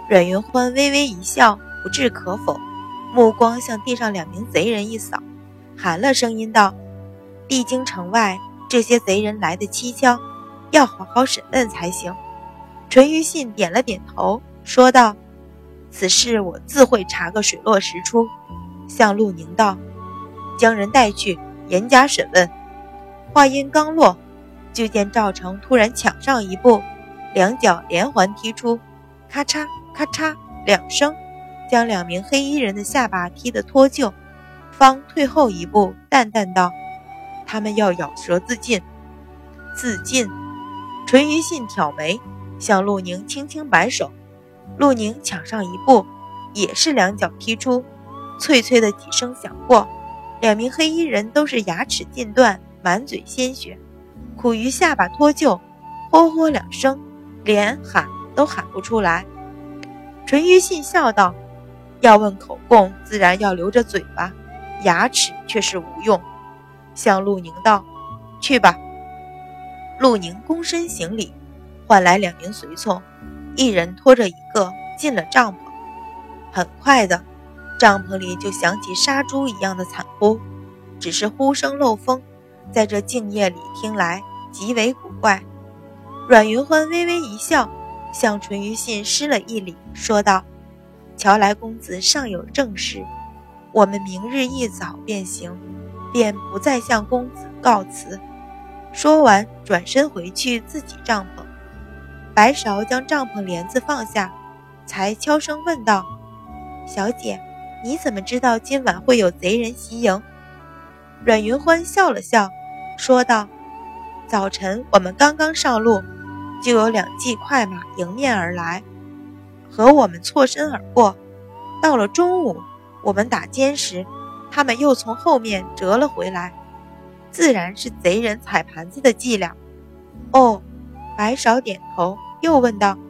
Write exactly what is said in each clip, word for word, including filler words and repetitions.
阮云欢微微一笑，不置可否，目光向地上两名贼人一扫，喊了声音道：帝京城外这些贼人来得蹊跷，要好好审问才行。淳于信点了点头，说道：此事我自会查个水落石出。向陆宁道：将人带去，严加审问。话音刚落，就见赵成突然抢上一步，两脚连环踢出，咔嚓咔嚓两声，将两名黑衣人的下巴踢得脱臼，方退后一步，淡淡道：他们要咬舌自尽。自尽？淳于信挑眉，向陆宁轻轻摆手。陆宁抢上一步，也是两脚踢出，脆脆的几声响过，两名黑衣人都是牙齿尽断，满嘴鲜血，苦于下巴脱臼，吼吼两声，连喊都喊不出来。淳于信笑道：要问口供，自然要留着嘴巴，牙齿却是无用。向陆宁道：去吧。陆宁躬身行礼，换来两名随从，一人拖着一个进了帐篷。很快的，帐篷里就响起杀猪一样的惨呼，只是呼声漏风，在这静夜里听来极为古怪。阮云欢微微一笑，向淳于信施了一礼，说道：乔来公子尚有正事，我们明日一早便行，便不再向公子告辞。说完转身回去自己帐篷。白芍将帐篷帘子放下，才悄声问道：小姐，你怎么知道今晚会有贼人袭营？阮云欢笑了笑，说道：早晨我们刚刚上路，就有两骑快马迎面而来，和我们错身而过。到了中午，我们打尖时，他们又从后面折了回来，自然是贼人踩盘子的伎俩。哦，白芍点头，又问道：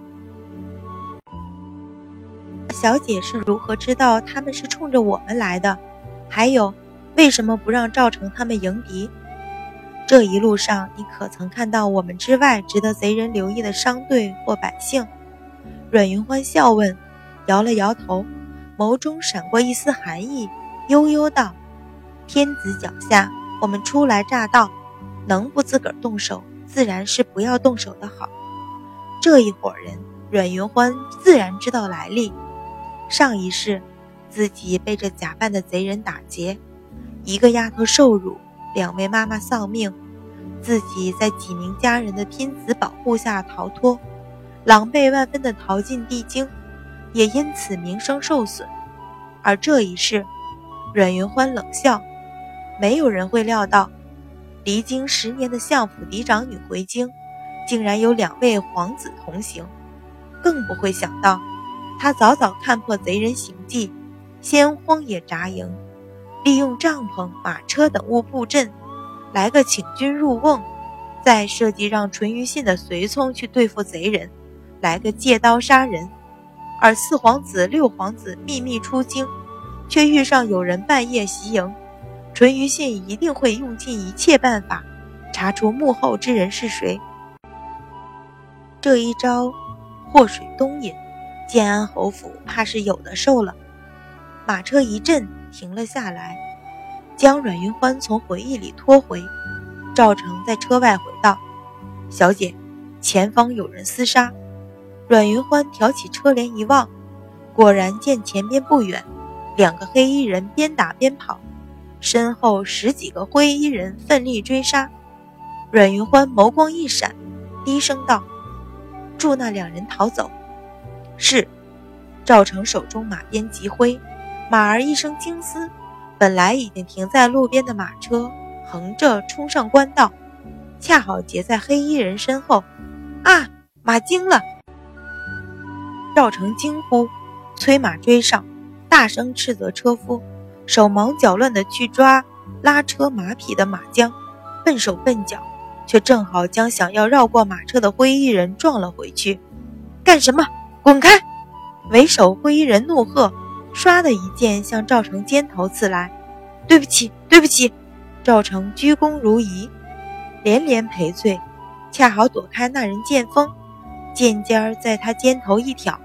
小姐是如何知道他们是冲着我们来的？还有，为什么不让赵成他们迎敌？这一路上，你可曾看到我们之外值得贼人留意的商队或百姓？阮云欢笑问，摇了摇头，眸中闪过一丝寒意，悠悠道：天子脚下，我们初来乍到，能不自个儿动手，自然是不要动手的好。这一伙人，阮云欢自然知道来历。上一世，自己被这假扮的贼人打劫，一个丫头受辱，两位妈妈丧命，自己在几名家人的拼死保护下逃脱，狼狈万分地逃进帝京，也因此名声受损。而这一世，阮云欢冷笑，没有人会料到，离京十年的相府嫡长女回京，竟然有两位皇子同行，更不会想到，他早早看破贼人行迹，先荒野扎营，利用帐篷、马车等物布阵，来个请君入瓮，再设计让淳于信的随从去对付贼人，来个借刀杀人。而四皇子、六皇子秘密出京，却遇上有人半夜袭营，淳于信一定会用尽一切办法，查出幕后之人是谁。这一招祸水东引，建安侯府怕是有的受了。马车一震，停了下来，将阮云欢从回忆里拖回。赵成在车外回道：小姐，前方有人厮杀。阮云欢挑起车帘一望，果然见前边不远，两个黑衣人边打边跑，身后十几个灰衣人奋力追杀。阮云欢眸光一闪，低声道：助那两人逃走。是。赵成手中马鞭急挥，马儿一声惊嘶，本来已经停在路边的马车横着冲上官道，恰好截在黑衣人身后。啊，马惊了！赵成惊呼，催马追上，大声斥责车夫，手忙脚乱地去抓拉车马匹的马缰，笨手笨脚，却正好将想要绕过马车的灰衣人撞了回去。干什么？滚开！为首灰衣人怒喝，唰的一剑向赵成肩头刺来。对不起，对不起！赵成鞠躬如仪，连连赔罪，恰好躲开那人剑锋，剑尖在他肩头一挑，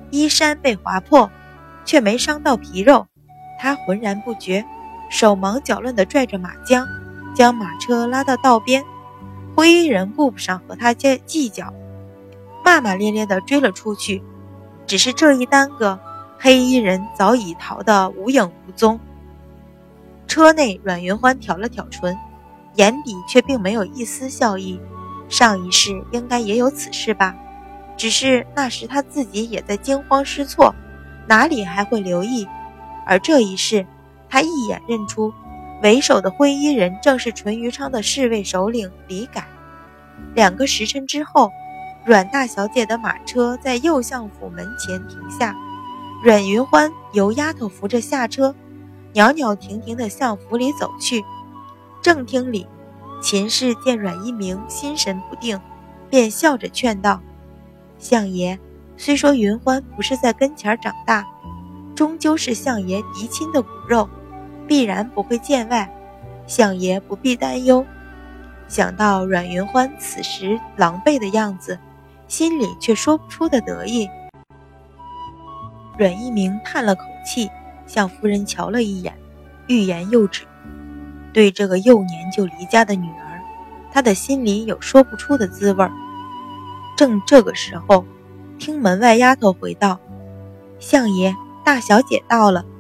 衣衫被划破，却没伤到皮肉。他浑然不觉，手忙脚乱地拽着马缰，将马车拉到道边。灰衣人顾不上和他计较，骂骂咧咧地追了出去。只是这一耽搁，黑衣人早已逃得无影无踪。车内阮云欢挑了挑唇，眼底却并没有一丝笑意。上一世应该也有此事吧，只是那时他自己也在惊慌失措，哪里还会留意。而这一世，他一眼认出为首的灰衣人正是淳于昌的侍卫首领李改。两个时辰之后，阮大小姐的马车在右相府门前停下，阮云欢由丫头扶着下车，袅袅婷婷地向府里走去。正厅里，秦氏见阮一鸣心神不定，便笑着劝道：相爷，虽说云欢不是在跟前长大，终究是相爷嫡亲的骨肉，必然不会见外，相爷不必担忧。想到阮云欢此时狼狈的样子，心里却说不出的得意。阮一鸣叹了口气，向夫人瞧了一眼，欲言又止。对这个幼年就离家的女儿，他的心里有说不出的滋味。正这个时候，听门外丫头回道：相爷，大小姐到了。